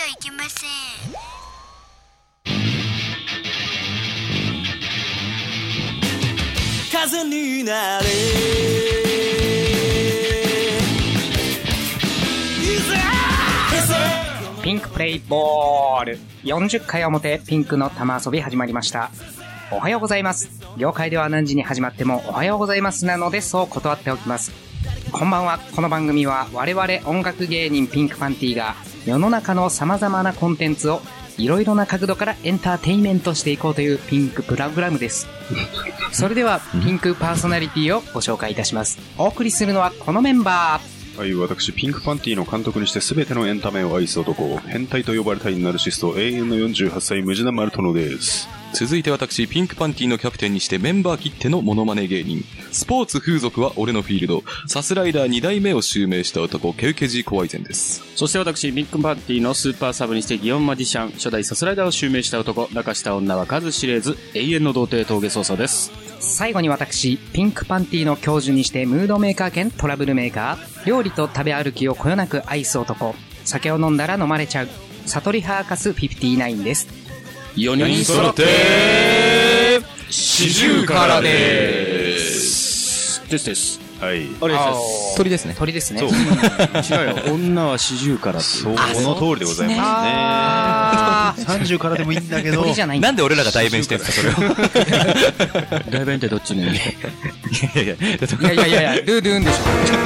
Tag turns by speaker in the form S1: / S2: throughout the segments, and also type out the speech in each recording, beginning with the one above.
S1: ゃいけません。
S2: 風になれ
S3: ピンクプレイボール40回表ピンクの玉遊び始まりました。おはようございます。業界では何時に始まってもおはようございますなのでそう断っておきます。こんばんは。この番組は我々音楽芸人ピンクパンティが世の中の様々なコンテンツをいろいろな角度からエンターテインメントしていこうというピンクプログラムです。それではピンクパーソナリティをご紹介いたします。お送りするのはこのメンバー。
S4: はい、私ピンクパンティの監督にして全てのエンタメを愛す男、変態と呼ばれたいナルシスト永遠の48歳ムジナマルトノです。
S5: 続いて私ピンクパンティのキャプテンにしてメンバー切ってのモノマネ芸人、スポーツ風俗は俺のフィールド、サスライダー2代目を襲名した男、ケウケジコワイゼンです。
S6: そして私ピンクパンティのスーパーサブにして祇園マジシャン、初代サスライダーを襲名した男、泣かした女は数知れず永遠の童貞峠捜査です。
S3: 最後に私ピンクパンティの教授にしてムードメーカー兼トラブルメーカー、料理と食べ歩きをこよなく愛す男、酒を飲んだら飲まれちゃう悟りハーカス59です。
S6: 4人揃って40からですです。
S4: はい。
S6: あれです。
S3: 鳥ですね。鳥ですね。
S4: そう。
S6: 違うよ。女は40からって。
S4: そう、この通りでございますね。30からでもいいんだけど。
S3: 鳥じゃない。
S5: なんで俺らが代弁してるんですか、それを。
S6: 代弁ってどっちね。
S3: いや、ルードゥーンでし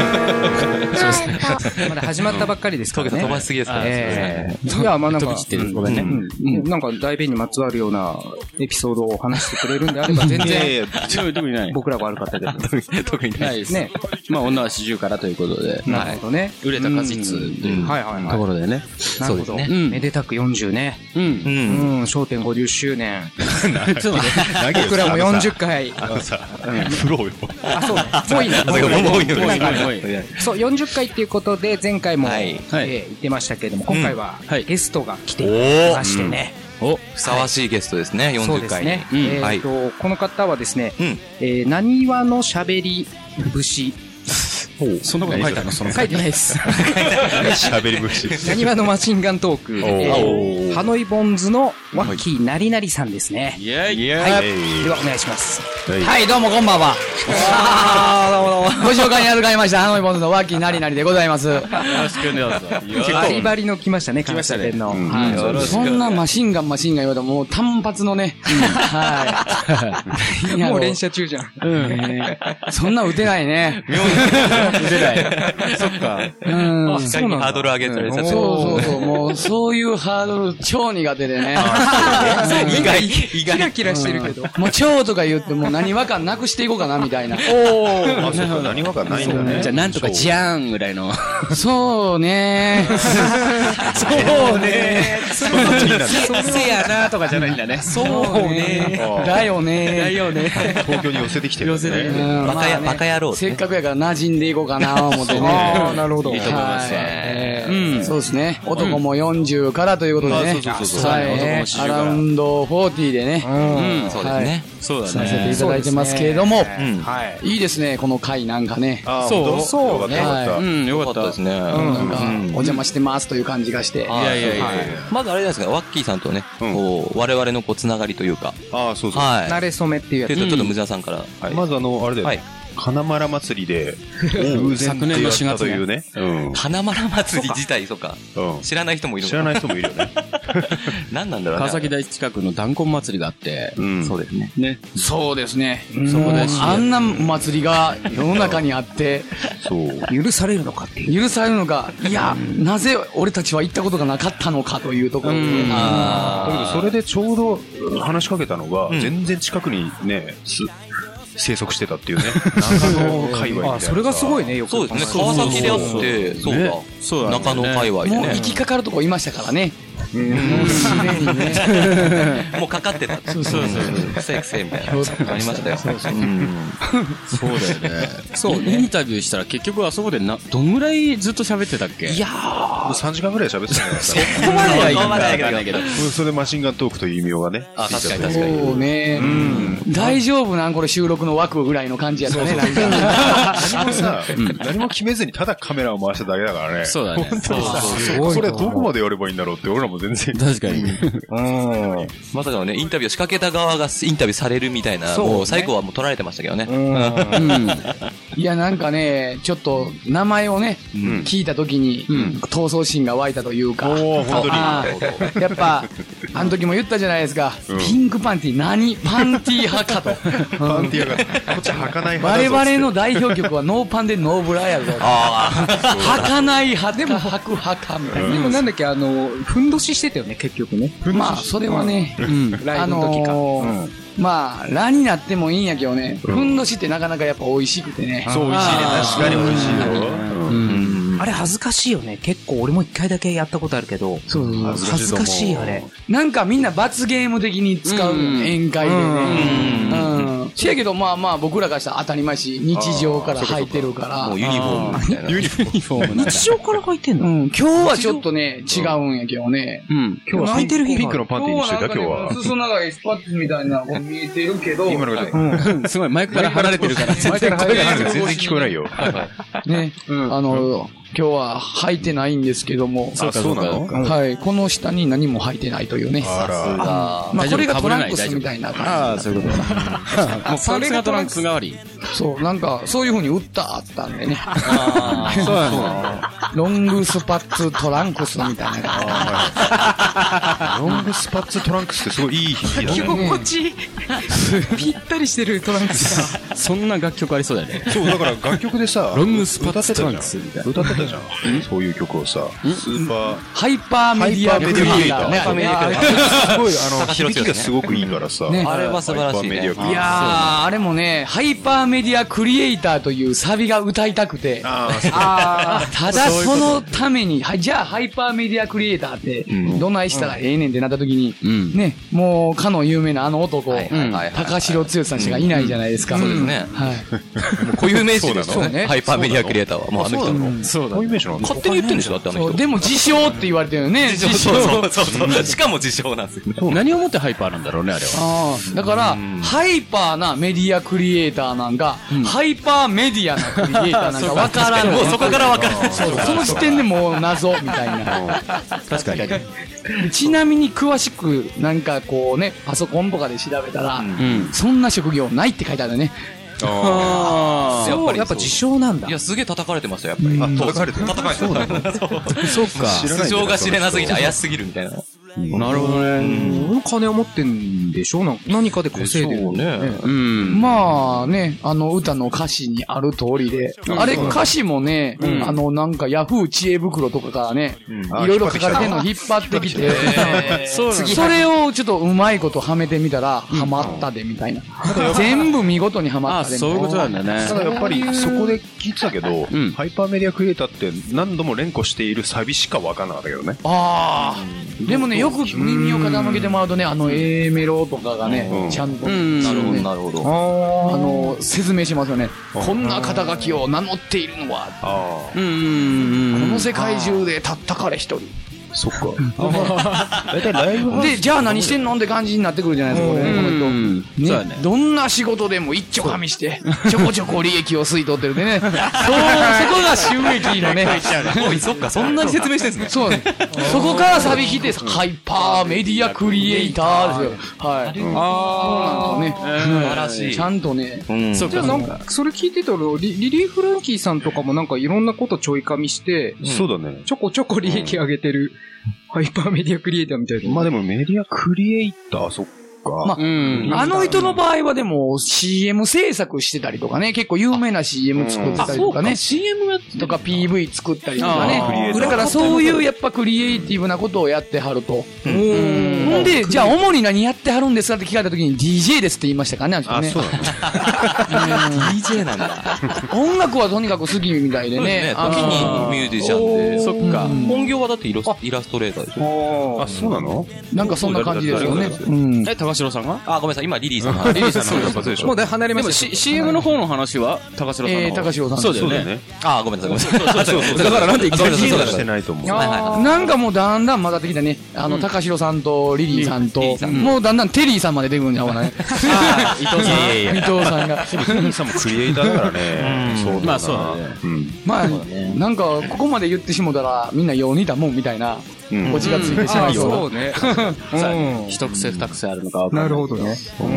S3: ょ。まだ始まったばっかりですからね。
S5: 飛ばしすぎですからね。
S3: いや、まあなんか、
S6: ごめんね。
S3: なんか代弁にまつわるようなエピソードを話してくれるんであれば全然、
S6: 特にない。
S3: 僕らが悪かったけど。
S5: 特に
S6: ないですね。まあ女は40からということで。
S3: なるほどね。
S6: 売れた果実っていうところでね。
S3: なるほど。めでたく40ね。笑点50周年。僕らも40回。
S4: 振ろうよ。
S3: あ、そうね。もういいな。そう、40回っていうことで前回も言ってましたけれども、今回はゲストが来ていましてね。
S5: ふさわしいゲストですね、40回に。
S3: この方はですね、なにわのしゃべり節。
S6: そんなこと書いてあるの？
S3: 書いてないです。
S4: 喋り節。
S3: なにわのマシンガントーク、ハノイボンズのワッキーなりなりさんですね。
S6: イェイ。
S3: はい。ではお願いします。
S7: はい、どうもこんばんは。ご紹介に預かりました、ハノイボンズのワッキーなりなりでございます。よろ
S6: しくお願いします。
S3: バリバリの来ましたね、
S6: 来ましたね。
S7: そんなマシンガン言われたらもう単発のね。はい。
S3: もう連射中じゃん。
S7: そんな撃てないね。
S6: 打てない。そっか。
S5: そうなんだ。ハードル上げたりさ。
S7: そう。もうそういうハードル超苦手でね。
S3: 意外。キラキラしてるけど。
S7: もう超とか言ってもう何和感なくしていこうかなみたいな。
S4: あ、そうか、何和感ないんだね。
S6: じゃあなんとかじゃーんぐらいの。
S7: そうね。
S3: そうね。
S6: せやなとかじゃないんだね。
S7: そうね。だよね。
S4: 東京に寄せてきてるね。
S5: バカ野郎。
S7: せっかくやから馴染んでいこうかな思ってね。
S3: ああ、なるほど。
S6: いいと思いますね。
S7: そうですね。男も40からということでね。はい。アラウンド40でね。
S5: そうですね。
S6: そうだね。
S7: させていただいてますけれども。
S3: はい。
S7: いいですね、この回なんかね。
S4: そうね。
S6: よかったですね。
S7: なんか、お邪魔してますという感じがして。
S5: いや。まずあれですか、ワッキーさんとね、我々のつながりというか。
S4: ああ、そう。
S3: 慣れ初めっていうやつ。
S5: ちょっとムジナさんから。
S4: まずあれだよ。花丸祭りで偶然ってやったというね。
S5: 花丸祭り自体、そうか。知らない人もいる。
S4: 知らない人もいるよね。
S5: 何なんだろうね。
S6: 川崎大近くの弾痕祭りがあって、
S5: そうですね。
S7: そうですね。そこであんな祭りが世の中にあって、
S3: 許されるのかっていう。
S7: 許されるのか、いや、なぜ俺たちは行ったことがなかったのかというところで。
S4: それでちょうど話しかけたのが、全然近くにね、生息してたっていうね。中野界隈みたいな。
S3: それがすごいね、よく。
S5: そうですね。川崎であって、そうだ。中野界隈でね。
S7: もう行きかかるとこいましたからね。
S5: もうかかってた。そう。くせみたいな。ありましたよ。そうだよね。
S6: そう、インタビューしたら結局あそこでどんぐらいずっと喋ってたっけ？
S7: いやー、
S4: 3時間ぐらい喋ってたんだよ。
S7: そこまではいいか
S5: ないけど。
S4: それでマシンガントークという異名がね。
S5: あ、確かに
S7: そ
S5: 確かに。
S7: うね。大丈夫なんこれ収録の枠ぐらいの感じやったね。なんか
S4: 何もさ、何も決めずにただカメラを回しただけだからね。
S6: そうだね。
S4: 本当にさ、それどこまでやればいいんだろうって俺らも全然。
S6: 確かに。
S5: まさかのね、インタビューを仕掛けた側がインタビューされるみたいな、もう最後はもう取られてましたけどね。
S7: いや、なんかね、ちょっと名前をね、聞いたときに、闘争心が湧いたというか。
S4: おー、本当に。
S7: やっぱ、あの時も言ったじゃないですか。ピンクパンティ何パンティ派かと。
S4: パンティアが、こっち履かない派
S7: 我
S4: だぞ。
S7: 々の代表曲はノーパンでノーブラやぞ。履かない派でも履く派かみたいな。
S3: でもなんだっけ、ふんどししてたよね、結局ね。
S7: まあ、それはね、
S3: ライブの時か。
S7: まあ、ラになってもいいんやけどね、ふんどしってなかなかやっぱ美味しくてね。
S4: そう、美味しいね。確かに美味しいよ。
S3: あれ恥ずかしいよね。結構俺も一回だけやったことあるけど。
S7: そうそうそう。
S3: 恥ずかしいあれ。
S7: なんかみんな罰ゲーム的に使うよね、宴会でね。せやけどまあまあ僕らからしたら当たり前し、日常から履いてるから。
S5: もうユニフォームみたいな。
S4: ユニフォーム。
S3: 日常から履いてんの？
S7: 今日はちょっとね、違うんやけどね。
S3: 今日は履いてる日
S4: ピンクのパンティにしてた今日は。
S7: 裾長いスパッツみたいなのが見えてるけど。
S4: 今のが
S6: すごい、マイクから離れてるから。
S4: 全然聞こえないよ。
S7: ね、今日は履いてないんですけども。
S4: あ、そうなの？
S7: はい。この下に何も履いてないというね。
S4: あら。
S7: まあこれがトランクスみたいな感じ。
S6: ああ、そういうことだ。もうパンツがトランクス代わり。
S7: そう、なんか、そういう風に打ったあったんでね。
S6: ああ、そうなの。
S7: ロングスパッツトランクスみたいな感
S4: ロングスパッツトランクスってすごいいい響きだね。
S3: 心地いい。ぴったりしてるトランクスが。
S6: そんな楽曲ありそうだよね。
S4: そう、だから楽曲でさ、
S6: ロングスパッツトランクスみたいな。
S4: 歌ってたじゃん。そういう曲をさ、スーパー。
S7: ハイパーメディアクリエイターね。
S4: すごい、響きがすごくいいからさ。
S5: あれは素晴らしいね。
S7: いやー、あれもね、ハイパーメディアクリエイターというサビが歌いたくて。ただそのために、じゃあハイパーメディアクリエイターってどないしたらええねんってなった時に、ね、もうかの有名なあの男、高城剛さんしかいないじゃないですか。
S5: そうですね。
S7: はい。
S5: 固有名詞ですよね。ハイパーメディアクリエイターは。もうあの人の。
S6: そうだ。
S4: こういう名詞なの？
S5: 勝手に言ってんでしょだってあの人。
S7: でも自称って言われてるよね。自称。
S5: そう。しかも自称なんですよ。
S6: 何をもってハイパーなんだろうね、あれは。
S7: だから、ハイパーなメディアクリエイターなんか、ハイパーメディアなクリエイターなんかわからん。
S5: もうそこからわからん。
S7: その時点でもう謎みたいな。
S6: 確かに。
S7: ちなみに詳しくなんかこうね、パソコンとかで調べたら、そんな職業ないって書いてあるね。
S6: ああ。
S3: やっぱ自称なんだ。
S5: いや、すげえ叩かれてましたよ、やっぱり。
S4: 叩かれてる。
S5: 叩かれてる。
S6: そっか。
S5: 素性が知れなすぎて怪しすぎるみたいな。
S6: なるほどね。
S3: 金を持ってんでしょ何かで稼いでるね。
S7: まあね、歌の歌詞にある通りで、あれ歌詞もね、なんかヤフー知恵袋とかからね、いろいろ書かれてんの引っ張ってきて、それをちょっとうまいことはめてみたら、ハマったでみたいな。全部見事にハマったでみたいな。
S6: そういうことなんだね。
S4: ただやっぱりそこで聞いてたけど、ハイパーメディアクリエイターって何度も連呼しているサビしか分からなかったけどね。
S7: ああ。でもね、よく耳を傾けてもらうとね、A メロとかがね、ちゃんと、
S5: なるほど、なるほど。
S7: 説明しますよね。こんな肩書きを名乗っているのは、この世界中でたった彼一人。
S4: そっか。大体ライブハウス
S7: で、じゃあ何してんのって感じになってくるじゃないですか、これ。この人。どんな仕事でも一丁かみして、ちょこちょこ利益を吸い取ってるでね。そこが収益のね。
S5: そっか、そんなに説明してんすね。
S7: そうね。そこからサビ来て、ハイパーメディアクリエイターですよ。はい。そうなんですよね。
S5: 素晴らしい。
S7: ちゃんとね。
S3: じゃあなんか、それ聞いてたら、リリー・フランキーさんとかもなんかいろんなことちょいかみして、
S4: そうだね。
S3: ちょこちょこ利益上げてる。ハイパーメディアクリエイターみたいな。
S4: まあでもメディアクリエイター、そっか。
S7: まあ、あの人の場合はでも CM 制作してたりとかね、結構有名な CM 作ってたりとかね。
S6: CM や
S7: とか PV 作ったりとかね。だからそういうやっぱクリエイティブなことをやってはると。 んで、じゃあ主に何やってはるんですかって聞かれた時に DJ ですって言いましたからね、
S4: あ、そうなんだ。
S5: DJ なんだ。
S7: 音楽はとにかく好きみたいでね。
S5: 時にミュージシャンで。
S6: そっか。
S5: 本業はだってイラストレーターでしょ。
S4: あ、そうなの？
S7: なんかそんな感じですよね。
S6: 高城さんが
S5: あ、ごめんなさい。今リリーさんの話。リリーさんの
S4: 話。
S3: もう離れました。
S6: でも CM の方の話は高城さんの。
S7: 高城さん。
S6: そうだよね。
S5: あ、ごめんなさい。そう。
S6: だからなんでいきなり
S4: してないと思う。
S7: なんかもうだんだん混ざってきたね。高城さんとリリーさんと、もうだんだんテリーさんまで出てくるんじゃうかなね。
S6: 伊藤さん。
S7: 伊藤さんが。
S4: テリーさんもクリエイターだからね。
S6: まあそうだね。
S7: まあ、なんか、ここまで言ってしもたら、みんなよう似たもんみたいな、オチがついてしまうような。
S3: そうね。
S6: 一癖二癖あるのか分かんない。
S3: なるほどね。
S5: そう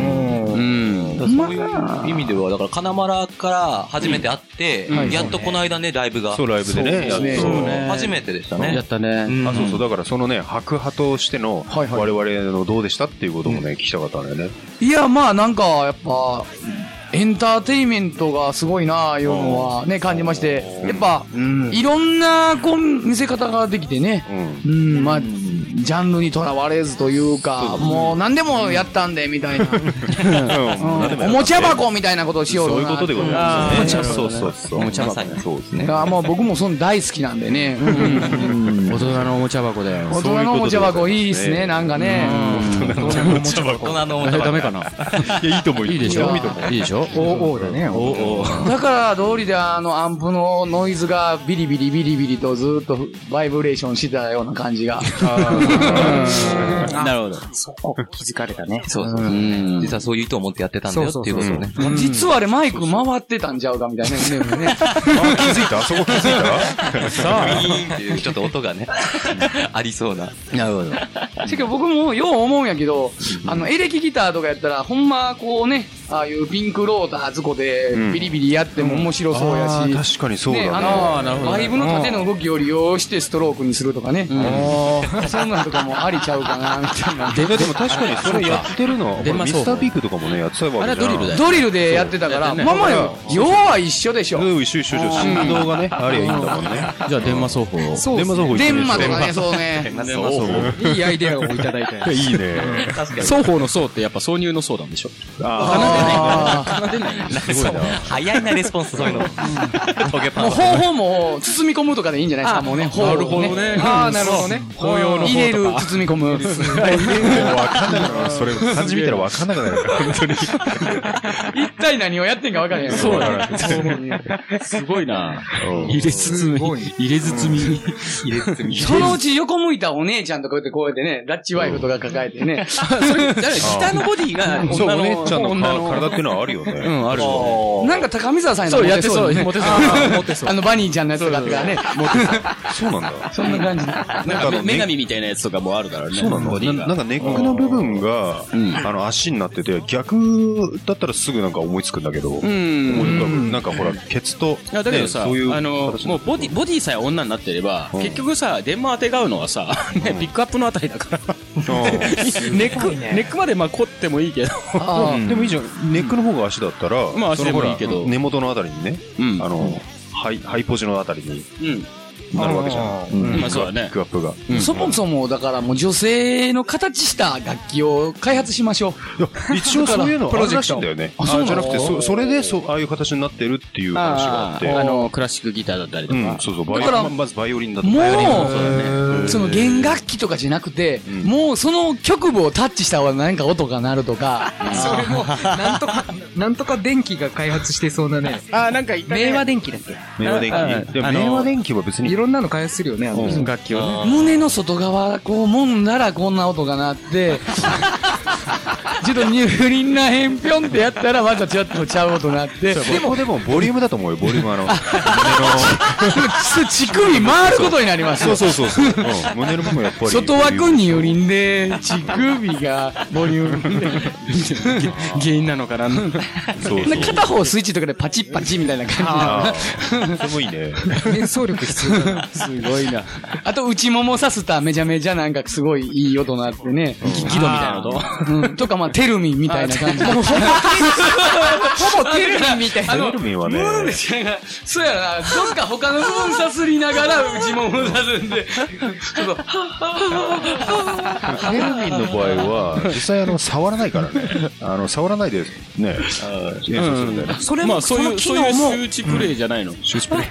S5: いう意味では、だから、金丸から初めて会って、やっとこの間ね、ライブが。
S4: そう、ライブでね、やっと。
S5: 初めてでしたね。
S6: やったね。
S4: あ、そうそう。だからそのね、白派としての、我々のどうでしたっていうこともね、聞きたかったんだよね。
S7: いや、まあなんか、やっぱ、エンターテイメントがすごいなあいうのはね、感じまして、やっぱ、いろんな、こう、見せ方ができてね、まあ、ジャンルにとらわれずというか、もう何でもやったんで、みたいな。おもちゃ箱みたいなことをしようと。
S4: そういうことでございますね。そう。
S5: おもちゃ箱。そうですね。
S7: もう僕もその大好きなんでね。
S6: 大人のおもちゃ箱だよ。
S7: 大人のおもちゃ箱いいっすね、なんかね。
S5: 大人のおもちゃ箱。
S6: ダメかな。
S4: いや、いいと思う。
S6: いいでしょ。いいでしょ。
S3: おだね。
S7: だから通りでアンプのノイズがビリビリとずっとバイブレーションしてたような感じが。
S6: なるほど。
S3: そこ気づかれたね。
S5: そう。実はそういう意図を持ってやってたんだよっていうことをね。
S7: 実はあれマイク回ってたんちゃうかみたいなね。
S4: 気づいた？そこ気づいた？
S5: さあ、ビーンっていうちょっと音がね、ありそうな。
S7: なるほど。しかも僕もよう思うんやけど、エレキギターとかやったらほんまこうね、ああいうピンクローターズコでビリビリやっても面白そうやし。
S4: 確かにそうだね。
S7: バイブの縦の動きを利用してストロークにするとかね。そんなんとかもありちゃうかな、みたいな。
S4: でも確かにそれやってるのは、ミスタービッグとかもね、やってたわけじゃん。
S6: あれはドリルだよ。
S7: ドリルでやってたから、まあまあ、要は一緒でしょ。
S4: 一緒。振動がね、ありゃいいんだもんね。
S6: じゃあ、電マ奏法。
S4: 電マ奏法
S7: 電マとかね、そうね。
S6: 電マ奏法。
S3: いいアイデアをいただいて。
S4: いいね。
S6: 確かに。奏法の奏ってやっぱ挿入の奏なんでしょ。奏でない。
S5: すごいな。早いな、レスポンス、そういうの。
S7: もう方法も包み込むとかでいいんじゃないですか、もうね。
S6: なるほどね。
S3: なるほどね。
S6: 法要の
S7: 入れる、包み込む。
S4: わかんないから、それ、漢字見たらわかんなくなるから、本当に。
S7: 一体何をやってんかわからへん。
S6: そうだね。すごいな。入れ包み。入れ包み。
S7: そのうち横向いたお姉ちゃんとかこうやってね、ラッチワイフとか抱えてね。
S6: それ、下のボディが、
S4: そう、お姉ちゃんの体っていうのはあるよね。
S6: あるよ。
S7: なんか高見沢さん
S6: そう、やってそう。モテそう。
S7: バニーちゃんのやつとかってからね。
S4: そうなんだ。
S7: そんな感じ。
S6: なんか、女神みたいなやつとかもあるからね。
S4: そうなんだ。なんかネックの部分が、足になってて、逆だったらすぐなんか思いつくんだけど、思い浮かぶ。なんかほら、ケツと、
S6: だけどさ、もうボディさえ女になってれば、結局さ、電話当てがうのはさ、ピックアップのあたりだから。ネックまでまあ凝ってもいいけど。
S4: でもいいじゃん。ネックの方が足だったら、
S6: まあ足でもいいけど。
S4: 根元のあたりにね、ハイポジのあたりに、なるわけじゃん。
S6: まあそうだね。
S4: ピックアップが。
S7: そもそもだからもう女性の形した楽器を開発しましょ
S4: う。一応そういうのあるらしいんだよね。じゃなくて、それでああいう形になってるっていう話があって。
S6: クラシックギターだったりとか。
S4: そうそう。だからまずバイオリンだとか。
S7: もう、その弦楽器とかじゃなくて、もうその局部をタッチした方が何か音が鳴るとか。
S3: それも、なんとか電気が開発してそうなね。
S6: なんか
S3: 明和電機だっけ？
S4: 明和電機。明和電機は別に。
S3: いろんなの開発するよね、
S6: 楽器をね。
S7: 胸の外側、こう、揉んだらこんな音が鳴って、ちょっとニューリンな変ぴょんってやったらまたちょっとちゃう音鳴って。
S4: でもボリュームだと思うよ、ボリューム
S7: 乳首回ることになりますよ。
S4: そう。胸の部分やっぱり。
S7: 外枠ニューリンで、乳首がボリュームで。
S6: 原因なのかな。
S7: 片方スイッチとかでパチッパチみたいな感
S4: じ。それもいいね。
S3: 演奏力必要だな。
S7: すごいな。あと、内ももさすためちゃめちゃなんかすごいいい音鳴ってね。
S6: 木戸みたいな音
S7: とか、まあ、 テルミンみたいな感じ。ほぼテルミンみたいな。
S4: テルミンはね。
S7: そうやな、どっか他の部分さすりながら内ももさすんで。
S4: テルミンの場合は、実際触らないからね。触らないでね、演奏するんだよね。
S6: それも、そういう周知プレイじゃないの。
S4: 周知プレイ。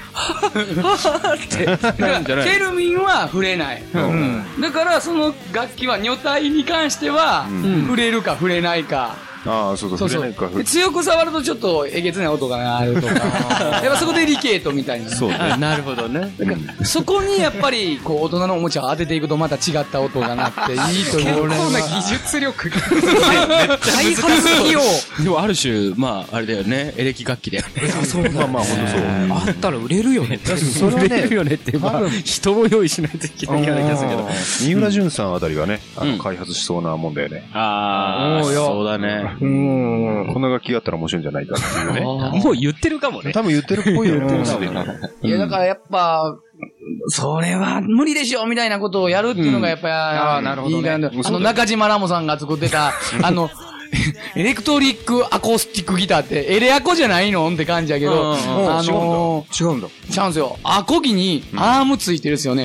S7: テルミンは触れない。だからその楽器は女体に関しては、触れるか触れないか。
S4: ああ、そうそう、触れないか。
S7: 強く触るとちょっとえげつない音が鳴るとか。やっぱそこでリケートみたいな。
S4: そうね。
S6: なるほどね。
S7: そこにやっぱり、こう、大人のおもちゃを当てていくとまた違った音が鳴っていいと思う。
S3: 結構な技術力が。
S6: 開発費用。でもある種、まあ、あれだよね。エレキ楽器だよね。
S4: そう、まあまあ、ほんとそう。
S3: あったら売れるよね。
S6: それはね、売れるよねって、まあ、人を用意しないといけない気がするけど。
S4: 三浦淳さんあたりがね、開発しそうなもんだよね。
S6: ああ、そうだね。
S4: こんな楽器があったら面白いんじゃないかっていうね。
S6: もう言ってるかもね。
S4: 多分言ってるっぽいよね。
S7: いや、だからやっぱ、それは無理でしょみたいなことをやるっていうのがやっぱり、いいかな。中島ラモさんが作ってた、エレクトリックアコースティックギターって、エレアコじゃないのって感じやけど、
S3: 違うんだ。
S7: ちゃうんすよ。アコギにアームついてるっすよね。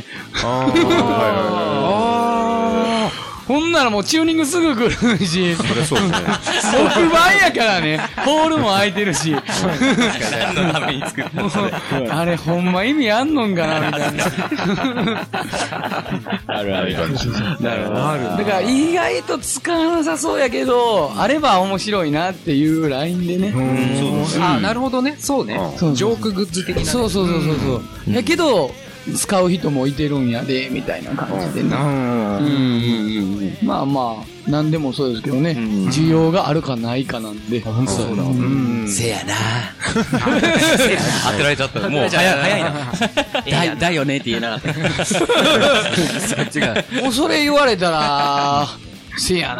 S7: ほんならもうチューニングすぐ来るし、
S4: それそうね。
S7: 特番やからね、ホールも空いてるし。
S5: 何のために作ったのそれ。
S7: あれほんま意味あんのんかなみたいな。
S6: あるある。
S7: なるほど。だから意外と使わなさそうやけど、あれば面白いなっていうラインでね。
S3: あ、なるほどね。そうね。ジョークグッズ的な。
S7: そう。やけど、使う人もいてるんやで、みたいな感じでね。まあまあ、なんでもそうですけどね。需要があるかないかなんで。
S6: そうだ。せやな。当てられちゃった。もう早いな。だよねって言えなかった。
S7: もうそれ言われたら、せやな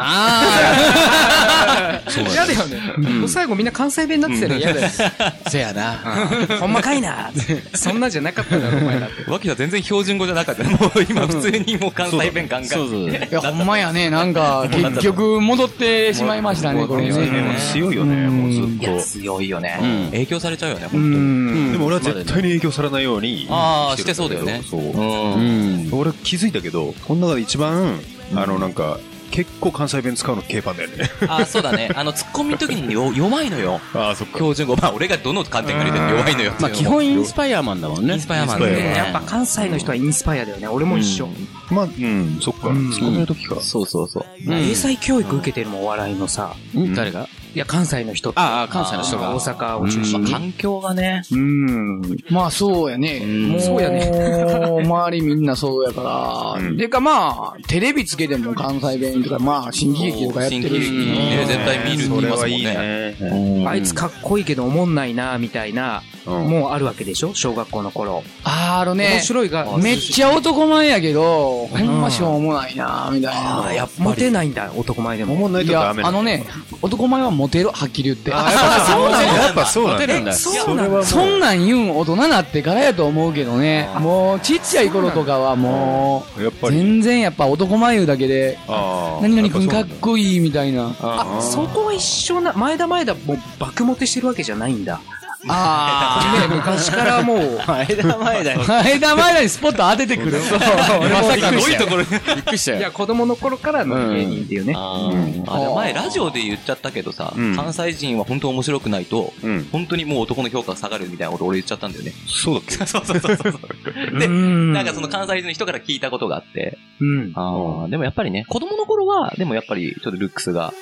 S3: ぁ。嫌だよね。最後みんな関西弁になってたら嫌だよ。
S6: せやな。
S3: ほんまかいな。そんなじゃなかっただろ、お前だって。
S5: 脇田全然標準語じゃなかった。もう今普通にもう関西弁ガンガン。
S7: いや、ほんまやね。なんか、結局戻ってしまいましたね、これね。
S4: 強いよね、もうずっと。
S5: 強いよね。影響されちゃうよね、本当
S4: に。でも俺は絶対に影響されないように。
S5: ああ、してそうだよね。
S4: そう。俺気づいたけど、この中で一番、なんか、結構関西弁使うの K パンだよね。
S5: あ、そうだね。ツッコミの時に弱いのよ。
S4: あ、そっか。
S5: 標準語。まあ、俺がどの観点から言っても弱いのよ。
S6: まあ、基本インスパイアマンだもんね。
S5: インスパイアマンね。
S3: やっぱ関西の人はインスパイアだよね。俺も一緒。
S4: まあ、そっか。ツッコミの時か。
S5: そう。
S3: 英才教育受けてるもん、お笑いのさ。
S6: 誰が？
S3: いや、関西の人って。
S6: ああ、関西の人が。
S3: 大阪を中心に。
S5: 環境がね。
S7: まあ、そうやね。
S3: そうやね。
S7: 周りみんなそうやから。でか、まあ、テレビつけても関西弁とか、まあ、新喜劇とかやってるし。
S5: 新喜劇ね、絶対見るって言いますもんね。
S3: あいつかっこいいけど思んないな、みたいな、もうあるわけでしょ小学校の頃。
S7: 面白いが。めっちゃ男前やけど、ほんましょうもないな、みたいな。
S3: やっぱモテないんだ、男前でも。
S4: 思んないとダメな。
S7: 男前はモテる、はっきり言って。
S4: やっぱそうなんだ。
S7: そんなん言うん大人なってからやと思うけどね。もう、ちっちゃい頃とかはもう、全然やっぱ男前言うだけで、何々くんかっこいいみたいな。
S3: あ、そこは一緒な、前田もう爆モテしてるわけじゃないんだ。昔からもう、
S6: 前田にスポット当ててくる。そう。
S5: まさかのすごいところにびっくりしたよ。
S3: いや、子供の頃からの芸人っていうね。
S5: 前ラジオで言っちゃったけどさ、関西人は本当面白くないと、本当にもう男の評価が下がるみたいなこと俺言っちゃったんだよね。
S4: そうだっけ？
S5: そう。で、なんかその関西人の人から聞いたことがあって、でもやっぱりね、子供の頃は、でもやっぱりちょっとルックスが、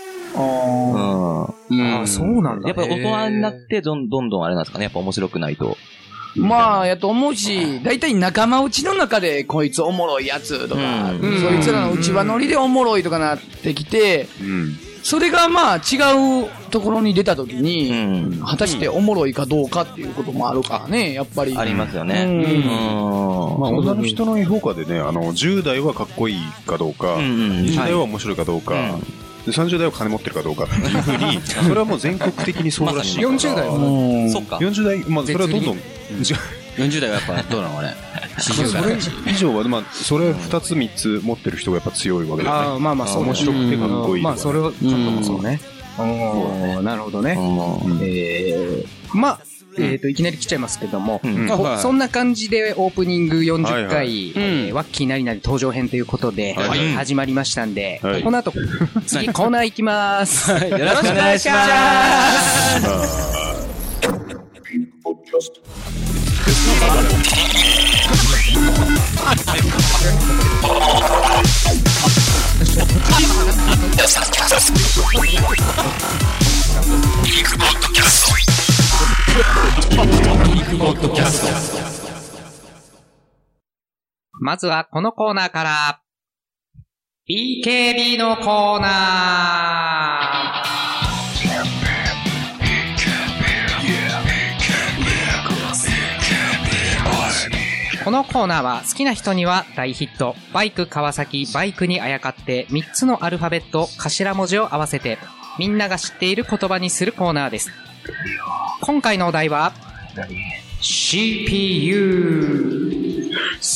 S3: そうなんだ。
S5: やっぱり大人になってどんどんあれなんですかね、やっぱ面白くないと。
S7: まあ、やと思うし、だいたい仲間内の中でこいつおもろいやつとか、そいつらの内輪乗りでおもろいとかなってきて、それがまあ違うところに出た時に、果たしておもろいかどうかっていうこともあるからね、やっぱり。
S5: ありますよね。
S4: まあ、女の人の評価でね、10代はかっこいいかどうか、20代は面白いかどうか、で30代は金持ってるかどうかっていうふうに、それはもう全国的にそうらしいから。
S3: 40代は
S5: そっか。
S4: 40代、まあそれはどんどん、
S6: 40代はやっぱどうなのかね。40代。
S4: それ以上は、まあ、それ2つ3つ持ってる人がやっぱ強いわけだよね。
S3: ああ、まあまあ、そう。
S4: 面白くてかっこいい。
S3: まあ、それを、ちょっともそうね。なるほどね。まあ、いきなり来ちゃいますけども、そんな感じでオープニング40回、ワッキーなりなり登場編ということで、始まりましたんで、この後、次コーナー行きまーす。よろしくお願いします。まずはこのコーナーから、BKB のコーナー。このコーナーは好きな人には大ヒット、バイク川崎、バイクにあやかって3つのアルファベット、頭文字を合わせて、みんなが知っている言葉にするコーナーです。今回のお題は、CPU。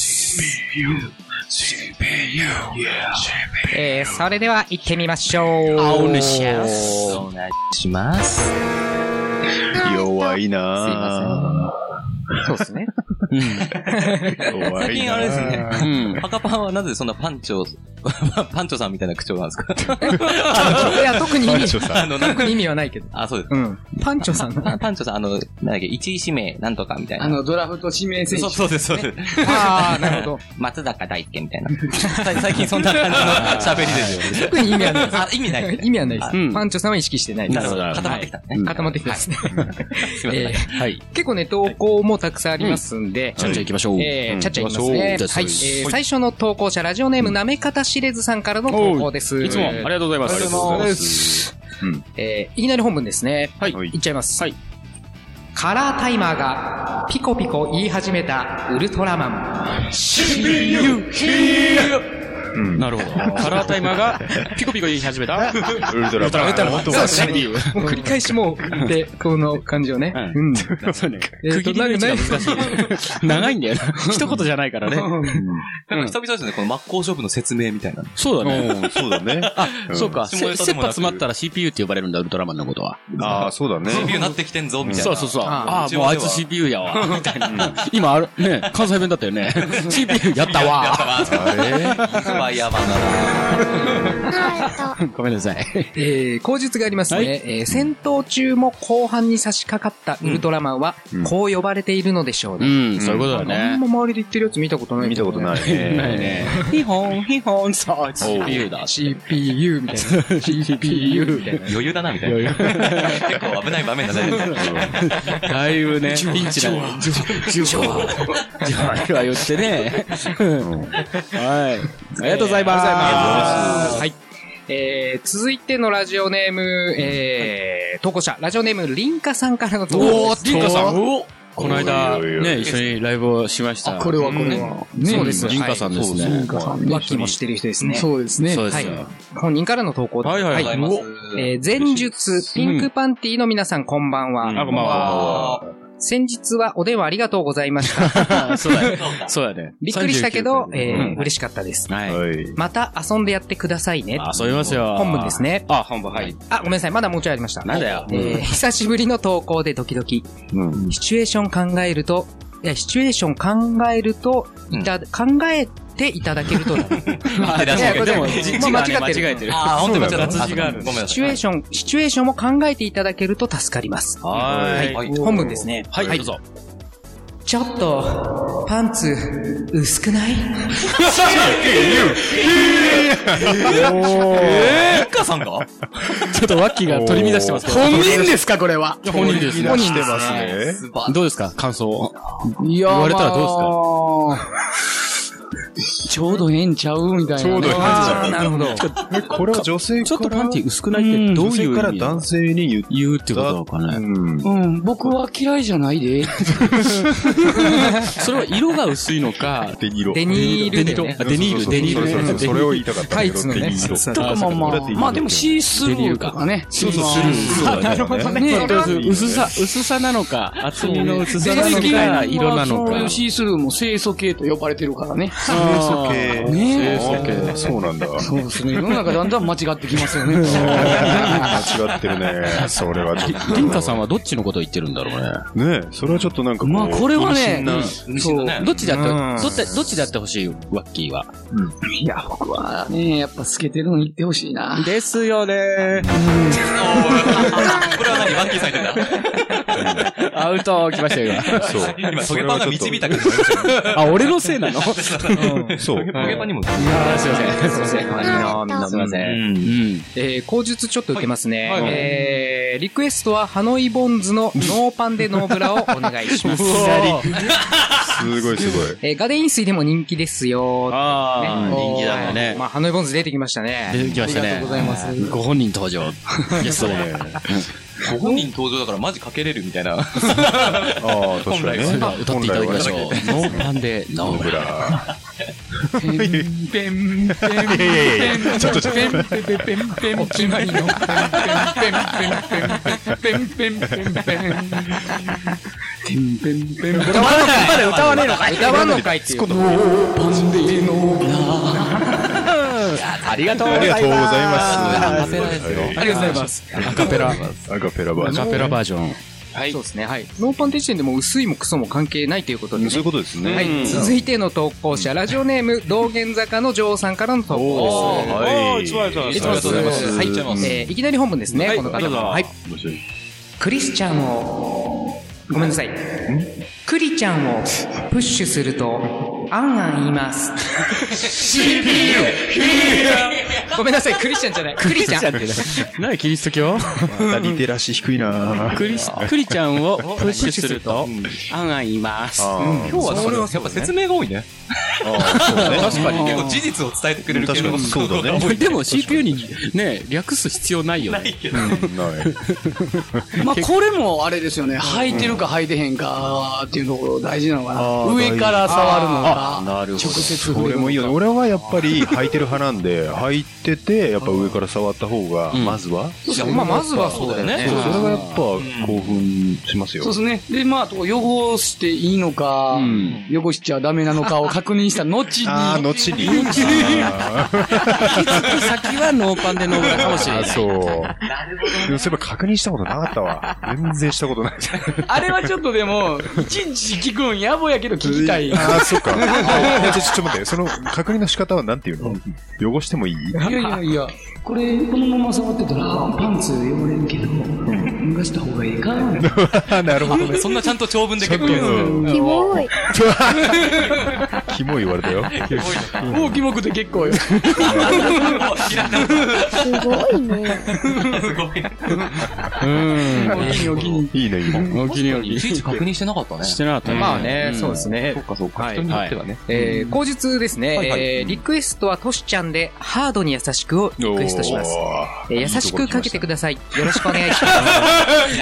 S3: それでは行ってみましょう。
S6: お願いします。
S4: 弱いなぁ。
S3: すいません。そうですね。
S5: 最近あれですね。パカパンはなぜそんなパンチョさんみたいな口調なんですか？
S3: いや、特に意味はないけど。
S5: あ、そうです。
S3: パンチョさん。
S5: パンチョさん、なんだっけ、1位指名なんとかみたいな。
S7: ドラフト指名選手。
S5: そうです、そうです。
S3: ああ、なるほど。
S5: 松坂大輔みたいな。最近そんな感じの喋りですよ。
S3: 特に意味はないです。
S5: あ、意味ない。
S3: 意味はないです。パンチョさんは意識してないです。
S5: なるほど。固まってきたね。
S3: 固まってきたですね。
S5: すいません。
S6: はい。
S3: 結構ね、投稿もたくさんありますんで。
S6: ちゃっちゃ行きましょう。
S3: ちゃっちゃ行きますね。はい。最初の投稿者、ラジオネームなめかたしれずさんからの投稿です。
S6: いつもありがとうございます。
S3: ありがとうございます。いきなり本文ですね。はい。いっちゃいます。はい。カラータイマーがピコピコ言い始めたウルトラマン。CPU!
S6: なるほど。カラータイマーがピコピコ言い始めたウルトラマン。
S3: そうですね。繰り返しもう、で、この感じをね。
S6: そうね。区切りの位置が難しい。長いんだよな。一言じゃないからね。
S5: なんか久々ですね、この真っ向勝負の説明みたいな。
S6: そうだね。
S4: そうだね。
S6: あ、そうか。切羽詰まったら CPU って呼ばれるんだ、ウルトラマンのことは。
S4: ああ、そうだね。
S5: CPU なってきてんぞ、みたいな。
S6: そう。ああ、もうあいつ CPU やわ。みたいな。今ある、ね、関西弁だったよね。CPU やったわ。
S5: あれやばな。
S6: ごめんなさい。
S3: 口述がありますね。戦闘中も後半に差し掛かったウルトラマンは、こう呼ばれているのでしょうね。
S6: そういうことだね。
S3: あんま周りで言ってるやつ見たことない。
S4: 見たことないね。
S6: ないね。ヒホン、さあ、CPU だ。
S3: CPU みたいな。CPU みたいな。
S5: 余裕だな、みたいな。結構危ない場面だね。
S6: だいぶね、ピンチだね。ジョワ言ってね。はい。ありがとうございます。
S3: はい。続いてのラジオネーム、投稿者、ラジオネーム、リンカさんからの投稿です。
S6: リンカさんこの間、ね、一緒にライブをしました。
S7: これは。
S3: そうです。
S6: リンカさんですね。
S3: ワッキーも知ってる人ですね。
S7: そうですね。
S3: はい。本人からの投稿です。
S6: はい。
S3: 前述、ピンクパンティの皆さん、こんばんは。
S6: こんばんは。
S3: 先日はお電話ありがとうございました。
S6: そうだね。
S3: びっくりしたけど、嬉しかったです。
S6: はい。
S3: また遊んでやってくださいね。
S6: 遊びますよ。
S3: 本文ですね。
S6: 本文、はい。
S3: ごめんなさい。まだもうちょいありました。
S6: なんだよ。
S3: 久しぶりの投稿でドキドキ。シチュエーション考えると、考えていただけるとなる。
S6: でも、間違えてる。
S5: 本当に間違えてる。
S3: シチュエーションも考えていただけると助かります。はい。本文ですね。
S6: はい、どうぞ。
S3: ちょっと、パンツ、薄くない？
S5: カさんが
S6: ちょっとワッキーが取り乱してますけど。
S7: 本人ですか、これは。
S6: 本人です。
S4: 本人してますね。
S6: どうですか、感想。
S7: 言
S6: われたらどうですか？
S7: ちょうどええんちゃうみたいな。
S4: ちょうどええんちゃう。
S3: なるほど。
S4: これは女性から、
S6: ちょっとパンティ薄くないってどういう意味？
S4: 女性から男性に
S6: 言うってことかね。
S7: 僕は嫌いじゃないで。
S6: それは色が薄いのか、
S3: デニール。
S6: デニール。
S4: それを言いたかった。
S3: タイツのね。
S7: とかまあでもシースルーとかね。
S6: そう。なるほどね。薄さなのか、厚みの薄さなのか、色なのか。
S7: そういうシースルーも清楚系と呼ばれてるからね。
S4: 清楚系。
S7: ね
S4: え。そうなんだ。
S7: そうですね。世の中だんだん間違ってきますよね。
S4: 間違ってるね。それはちょっと。
S6: リンカさんはどっちのことを言ってるんだろうね。
S4: ねえ、それはちょっとなんか
S7: まあこれはね、
S6: どっちであってほしい、ワッキーは。
S7: いや、僕はね、やっぱ透けてるの言ってほしいな。
S6: ですよね。
S5: これは何ワッキーさん言って
S6: たアウト来ましたよ、今。
S5: そう。今、トゲパンが導いたけど。
S6: あ、俺のせいなの？
S4: そう。
S5: トゲパンにも。
S6: すいません。
S3: 口述ちょっと受けますね。リクエストはハノイボンズのノーパンでノーブラをお願いします。
S4: すごい。
S3: ガデイン水でも人気ですよ。
S6: 人気なんだね。
S3: まあ、ハノイボンズ出てきましたね。
S6: 出てきましたね。
S7: ありがとうございます。
S6: ご本人登場。ゲストで。
S5: ご本人登場だからマジかけれるみたいな。
S4: ああ、確かにね。
S6: 歌っていただきましょう。ノーパンでノーブラ。
S7: ペンペンペンちょっとペンペンペンペンペンお決まりのペンペンペンペンペンペンペンペンペンペンペン
S3: 歌わねえのかい歌わんのかいっていう。
S7: ノーパンでノーブラ。
S6: ありがとうございます。
S5: アカペラですよ。
S7: ありがとうございます。
S6: アカペラバージョン。
S3: はい。そうですね。はい。ノーパンテ時点でも薄いもクソも関係ないということで、ね。
S4: そういうことですね。
S3: はい。続いての投稿者、ラジオネーム、道玄坂の女王さんからの投稿です。
S4: はい。
S3: いつもありがとうございます。はい。いきなり本文ですね、この方は。はい。クリスチャンを、ごめんなさい。クリちゃんをプッシュすると、あんあん言います。CPU! ごめんなさい、クリスチャンじゃない。クリちゃん。
S6: 何キリスト教？
S4: またリテラシー低いな
S6: クリちゃんをプッシュすると、あんあん言います。
S5: 今日はそれはやっぱ説明が多いね。
S6: 確かに。
S5: 結構事実を伝えてくれるけど。
S4: そうだね。
S6: でも CPU にね、略す必要ないよね。
S5: ないけど。
S7: まあこれもあれですよね。履いてるか履いてへんかっていうところ大事なのかな。上から触るのか。
S6: なるほど。
S7: 直接
S4: これもいいよね。俺はやっぱり履いてる派なんで、履いてて、やっぱ上から触った方が、まずは。
S3: まあまずはそうだよね。
S4: それがやっぱ興奮しますよ。
S7: そうですね。で、まあ、汚していいのか、汚しちゃダメなのかを確認した後に。
S4: 後に。
S6: 引き継ぐ先はノーパンでノーブラかもしれない。
S4: そう。なるほど。そういえば確認したことなかったわ。全然したことない。
S7: あれはちょっとでも、いちいち聞くん野暮やけど聞きたい。
S4: ああ、そっか。ちょっと待って、その確認の仕方はなんていうの？汚してもいい？
S7: いや、これ、このまま触ってたら、パンツ汚れるけど、脱がした方がいいか
S4: なるほどね。
S5: そんなちゃんと長文で結構。
S1: キモい。
S4: キモい言われたよ。
S7: もうキモくて結構よ。
S1: すごいね。
S5: すごい。
S7: お気に。
S4: いいね、いいね。
S6: お気にお気に。
S5: いちいち確認してなかったね。
S6: してなかったね。
S3: まあね、そうですね。
S5: そうか。人によってはね。
S3: 口述ですね。リクエストはトシちゃんで、ハードに優しくをリクエストします。優しくかけてください。よろしくお願いします。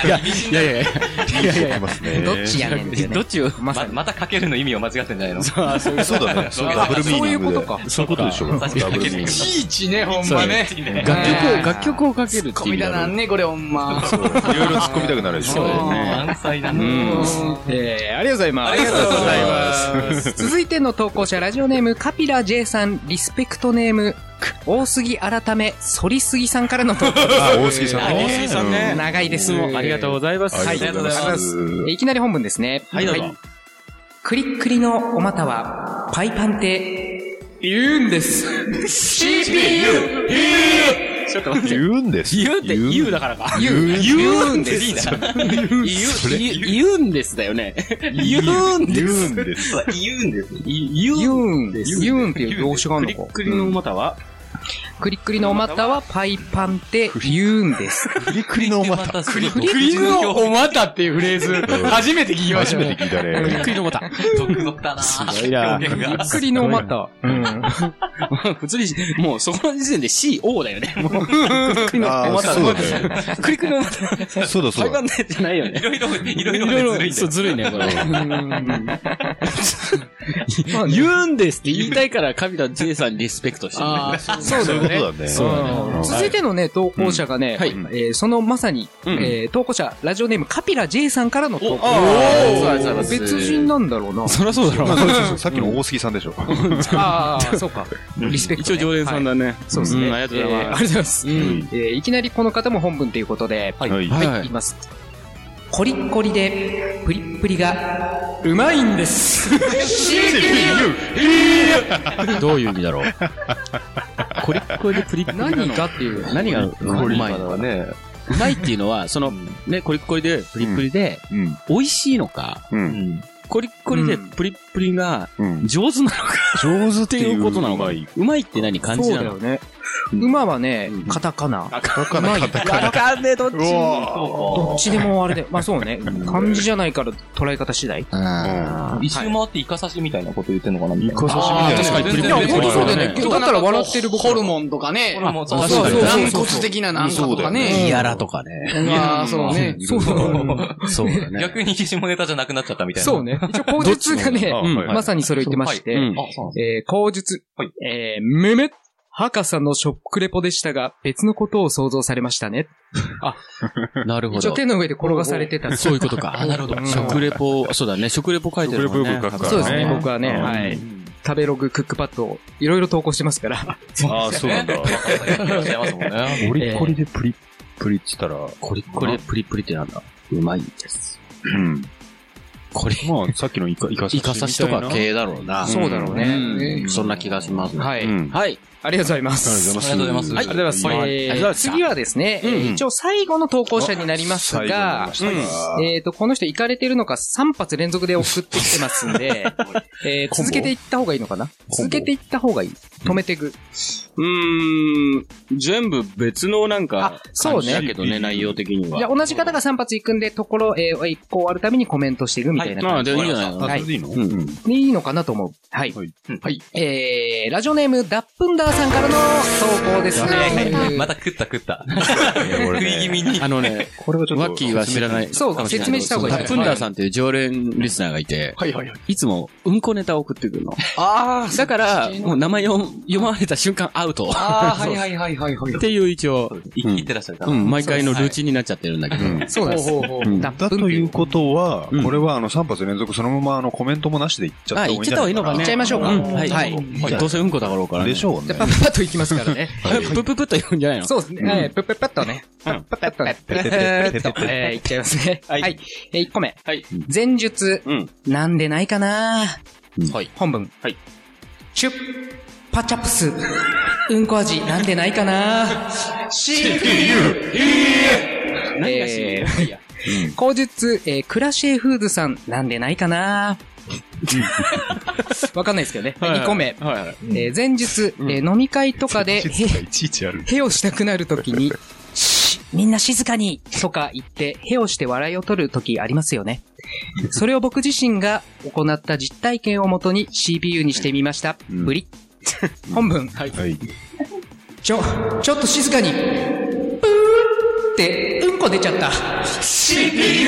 S6: いや。
S3: どっちやねんってね。
S6: どっちを
S5: またかけるの意味を間違ってんじゃないの？
S4: そうだね。ダブルミーニングで。
S6: そういうことでしょ。
S5: 確かに。
S7: いちいちね、ほんまね。
S6: 楽曲をかけるって
S7: ツッコミだなんね、これほんま。
S4: いろいろ突っ込みたくなるでしょ。
S5: 満載だね。
S3: ありがとうございます。
S5: ありがとうございます。
S3: 続いての投稿者、ラジオネーム、カピラ J さん、リスペクトネーム、大杉改め、反りすぎさんからの投稿です。
S4: 大杉さんね。
S6: 大杉さんね。
S3: 長いです。
S6: ありがとうございます。
S3: はい、ありがとうございます。いきなり本文ですね。
S6: はい、どうぞ。
S3: クリックリのお股は、パイパンって言うんです。CPU!
S6: ちょっと待って。
S4: 言うんです。
S6: 言うだからか。
S3: 言うんです。
S6: いいな。言うんですだよね。言うんです。
S3: 言うんっていう動詞があるのか。
S6: クリックリの股は
S3: クリクリのお股はパイパンって言うんです。
S4: クリクリのお股。
S7: クリクリのお股っていうフレーズ、初めて聞きましたね。
S4: 初めて聞いたね。
S6: クリクリのお股。
S5: 毒乗ったな
S6: すごいな。
S3: クリクリのお股。
S6: 普通に、もうそこの時点で CO だよね。もうクリクリのお股。
S4: そうだね。
S6: クリクリのお股。
S4: そうだそうだ。
S6: パイパンってじゃないよね。
S5: いろいろずるいね。
S6: そう、ずるいね、これ。言うんですって言いたいから、神田 J さんにリスペクトしてる。
S3: そうだよね。続いてのね、投稿者がね、そのまさに、投稿者、ラジオネームカピラ J さんからの投稿。別人なんだろうな。
S6: そりゃそうだろう。
S4: さっきの大杉さんでしょ。
S3: ああ、そうか。リスペクト。
S6: 一応常連さんだね。
S3: そうですね。
S6: ありがとうございます。
S3: ありがとうございます。いきなりこの方も本文ということで、はい、言います。コリッコリで、プリップリが、うまいんです。
S6: どういう意味だろう。コリッコリでプリップリ。
S3: 何かっていう。
S6: 何がうまいのかね。うまいっていうのは、その、ね、コリッコリでプリップリで、美味しいのか、コリッコリでプリップリが上手なのか、
S4: 上手
S6: っていうことなのか。うまいって何漢字なの？
S3: そうだよね。馬はね、カタカナ。
S6: カタカナ。わかんねえ、どっち？
S3: どっちでもあれで。まあそうね。漢字じゃないから捉え方次第。
S5: 一周回ってイカ刺しみたいなこと言ってんのかな？
S4: イカ刺しみたいな。
S3: 確かに。いや、本当そうだよね。だったら笑ってる僕。
S7: ホルモンとかね。
S3: そう。
S7: 軟骨的ななんかとかね。
S6: イヤラとかね。
S7: ああ、そうね。
S6: そうだね。
S5: 逆に下ネタじゃなくなっちゃったみたいな。
S3: そうね。一応口述がね、まさにそれを言ってまして、口述。めめ博士の食レポでしたが、別のことを想像されましたね。あ、
S6: なるほど。
S3: 一応手の上で転がされてた。
S6: そういうことか。なるほど。食レポ、そうだね。食レポ書いてるもんね。
S3: 食レポよく書くからね。そうですね。僕はね、はい。食べログ、クックパッドをいろいろ投稿してますから。
S4: ああ、そうなんだ。コリコリでプリップリって言ったら。
S6: コリコリでプリプリってなんだ？うまいです。これ。
S4: まあ、さっきのイカ刺
S6: しとか系だろうな。
S3: そうだろうね。
S6: そんな気がします。
S3: はい。はい。ありがとうございます。
S5: ありがとうございます。
S3: ありがとうございます。次はですね、一応最後の投稿者になりますが、この人行かれてるのか3発連続で送ってきてますんで、続けていった方がいいのかな？続けていった方がいい。止めていく。
S6: 全部別のなんか、
S3: そうね。
S6: だけどね、内容的には。
S3: いや、同じ方が3発行くんで、ところ、1個終わるたびにコメントしていくみたいな感じ。
S6: まあ、でいいんじゃないの？
S3: はい。
S4: いいの？
S3: いいのかなと思う。はい。はい。ラジオネーム、ダップンダーさんからの投稿ですね。
S5: また食った。食い気味に。
S6: これはちょっと。ワッキーは知らない。
S3: そう、説明した方がいい。
S6: ダップンダーさんっていう常連リスナーがいて、いつもうんこネタを送ってくるの。だから、もう名前読まれた瞬間アウト。
S7: はい。
S6: っていう一応、
S5: 言ってらっしゃるから。
S6: 毎回のルーチンになっちゃってるんだけど。
S3: そうです。
S4: だということは、これは3発連続そのままコメントもなしで言っちゃった方がいいんじゃないかな。
S3: 言っちゃいましょうか。はい。
S6: どうせうんこだろうからね。
S4: でしょうね。
S3: パッパッといきますからね。
S6: プッと言うんじゃないの？
S3: そうですね。プッッとね。パッパッと。いっちゃいますね。はい。1個目。前述。なんでないかな？本文。チュッ、パチャプス。うんこ味、なんでないかな？ CPU! 口述、クラシエフーズさん、なんでないかな？わかんないですけどね。2個目。前述、飲み会とかで、へをしたくなるときに、みんな静かにとか言って、へをして笑いを取るときありますよね。それを僕自身が行った実体験をもとに CPU にしてみました。ブリ。本文。ちょっと静かに。プーってうんこ出ちゃった。CPU!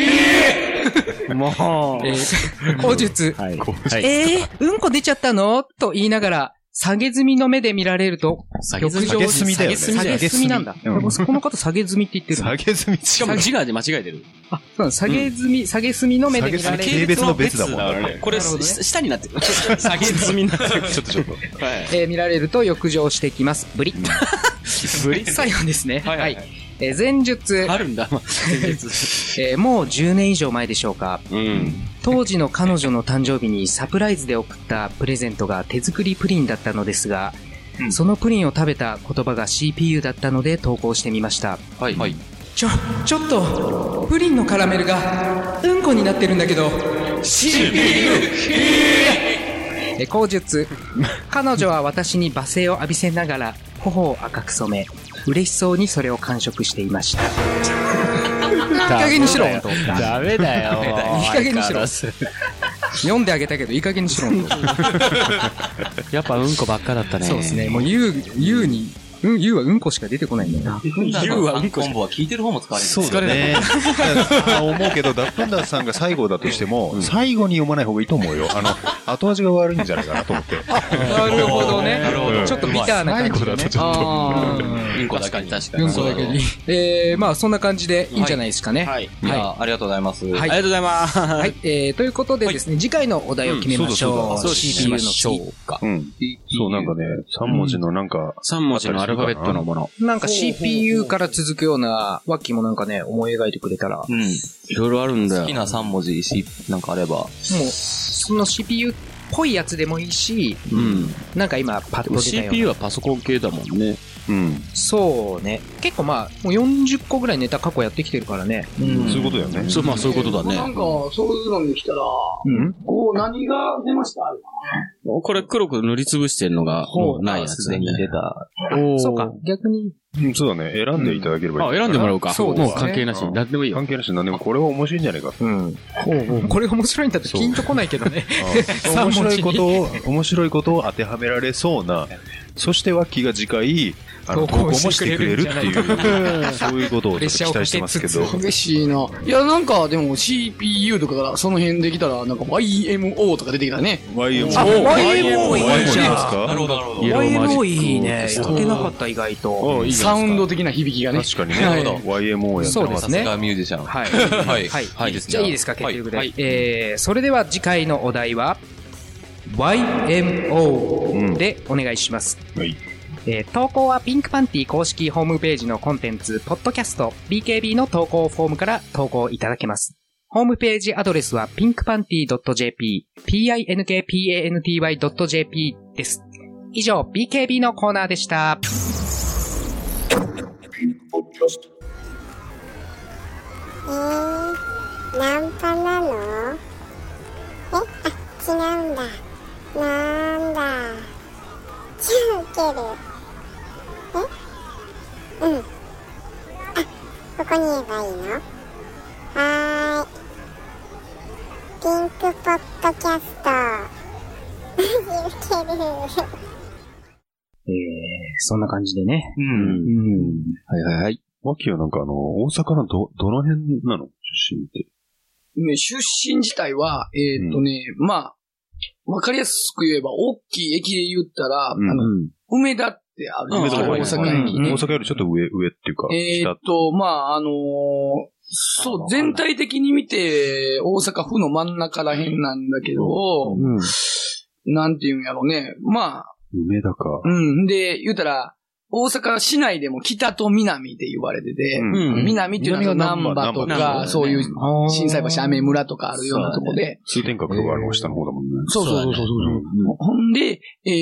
S6: もう。
S3: 口述。うんこ出ちゃったのと言いながら、下げ済みの目で見られると、
S4: 下げ済みだよね。
S3: 下げ済みなんだ。この方下げ済みって言ってる。
S4: 下げ済み。
S6: しかも字が間違えてる。
S3: あ、そう下げ済みの目で見られる。
S4: 軽蔑の別だもんね。
S6: これ、下になってる。下げ済みになってる。
S4: ちょっと。
S3: 見られると浴場してきます。ブリ。最後ですね。はい。前述。
S6: あるんだ。
S3: もう10年以上前でしょうか。当時の彼女の誕生日にサプライズで送ったプレゼントが手作りプリンだったのですが、そのプリンを食べた言葉が CPU だったので投稿してみました。はい。ちょっと、プリンのカラメルがうんこになってるんだけど、CPU! 口述。彼女は私に罵声を浴びせながら、 頬を赤く染め、嬉しそうにそれを完食していました。いい加減にしろ、ほんと。
S6: ダメだよ。
S3: いい加減にしろ。読んであげたけど、いい加減にしろ、ほんと。
S6: やっぱうんこばっかだったね。
S3: そうですね。もう言うに、言うはうんこしか出てこないんだよ。
S5: 言うはうんこしか。コンボは聞いてる方も疲れる。
S4: そうだね。思うけど、ダップンダーさんが最後だとしても、最後に読まない方がいいと思うよ。後味が悪いんじゃないかなと思って。
S3: なるほどね。ちょっとビターな感じでね。
S6: うんこだけに。確かに。
S3: うんこだけに。まあ、そんな感じでいいんじゃないですかね。
S5: はい。いや、ありがとうございます。
S3: はい。
S6: ありがとうございます。
S3: はい。ということでですね、次回のお題を決めましょう。
S6: そう、
S3: CPU の
S6: そうか。
S4: そう、なんかね、3文字のなんか。
S6: 3文字のアルファベットのもの。
S3: なんか CPU から続くような、ワッキーもなんかね、思い描いてくれたら。
S6: いろいろあるんだよ。
S5: 好きな3文字なんかあれば。もう、
S3: その CPU っぽいやつでもいいし、なんか今パッと出たような。
S6: CPU はパソコン系だもんね。
S3: そうね。結構まあ、もう40個ぐらいネタ過去やってきてるからね。
S4: そういうことだよね。
S6: まあそういうことだね。
S7: なんか、そういうのに来たら、何が出ました？
S6: これ黒く塗りつぶしてるのが、もうないやつ。
S5: すでに出た。
S3: そうか、逆に。
S4: そうだね。選んでいただければいい。
S6: 選んでもらおうか。
S3: そう
S6: もう関係なし。何でもいいよ。
S4: 関係なし。何でもこれは面白いんじゃないか。
S3: これ面白いんだってピンとこないけどね。
S4: 面白いことを当てはめられそうな、そしてワッキーが次回、投稿もしてくれるっていう、そういうことをちょっと期待してますけど。
S7: 嬉しいな。いや、なんか、でも CPU とかからその辺できたら、なんか YMO とか出てきたね。
S4: YMO
S3: いいじゃん。
S4: なるほど。
S3: YMO いいね。やってなかった意外と。
S7: サウンド的な響きがね。
S4: 確かにね。YMO やって
S3: そうですね。
S5: さすがミュージシャン。
S3: はい。はい。じゃあいいですか、決定で。それでは次回のお題は、YMO でお願いします。はい。投稿はピンクパンティ公式ホームページのコンテンツ、ポッドキャスト、BKB の投稿フォームから投稿いただけます。ホームページアドレスは pinkpanty.jp、pinkpanty.jp です。以上、BKB のコーナーでした。
S1: ナンパなの？違うんだ。なんだ。ウケる。ここに言えばいいの？はーい。ピンクポッドキャスト。ウケる。
S3: そんな感じでね。
S6: はい。
S4: ワッキーはなんか大阪のどの辺なの？出身って。
S7: ね、出身自体は、まあ、わかりやすく言えば、大きい駅で言ったら、梅田ってあるんですよ、大阪駅ね。
S4: 大阪よりちょっと上っていうか、
S7: まあ、そう、全体的に見て、大阪府の真ん中ら辺なんだけど、なんていうんやろうね。まあ。
S4: 梅田か。
S7: で、言うたら、大阪市内でも北と南って言われてて、南っていうのは南波とか、そういう心斎橋雨村とかあるようなとこで。
S4: 通天閣とか下の方だもんね。
S7: そう。ほんで、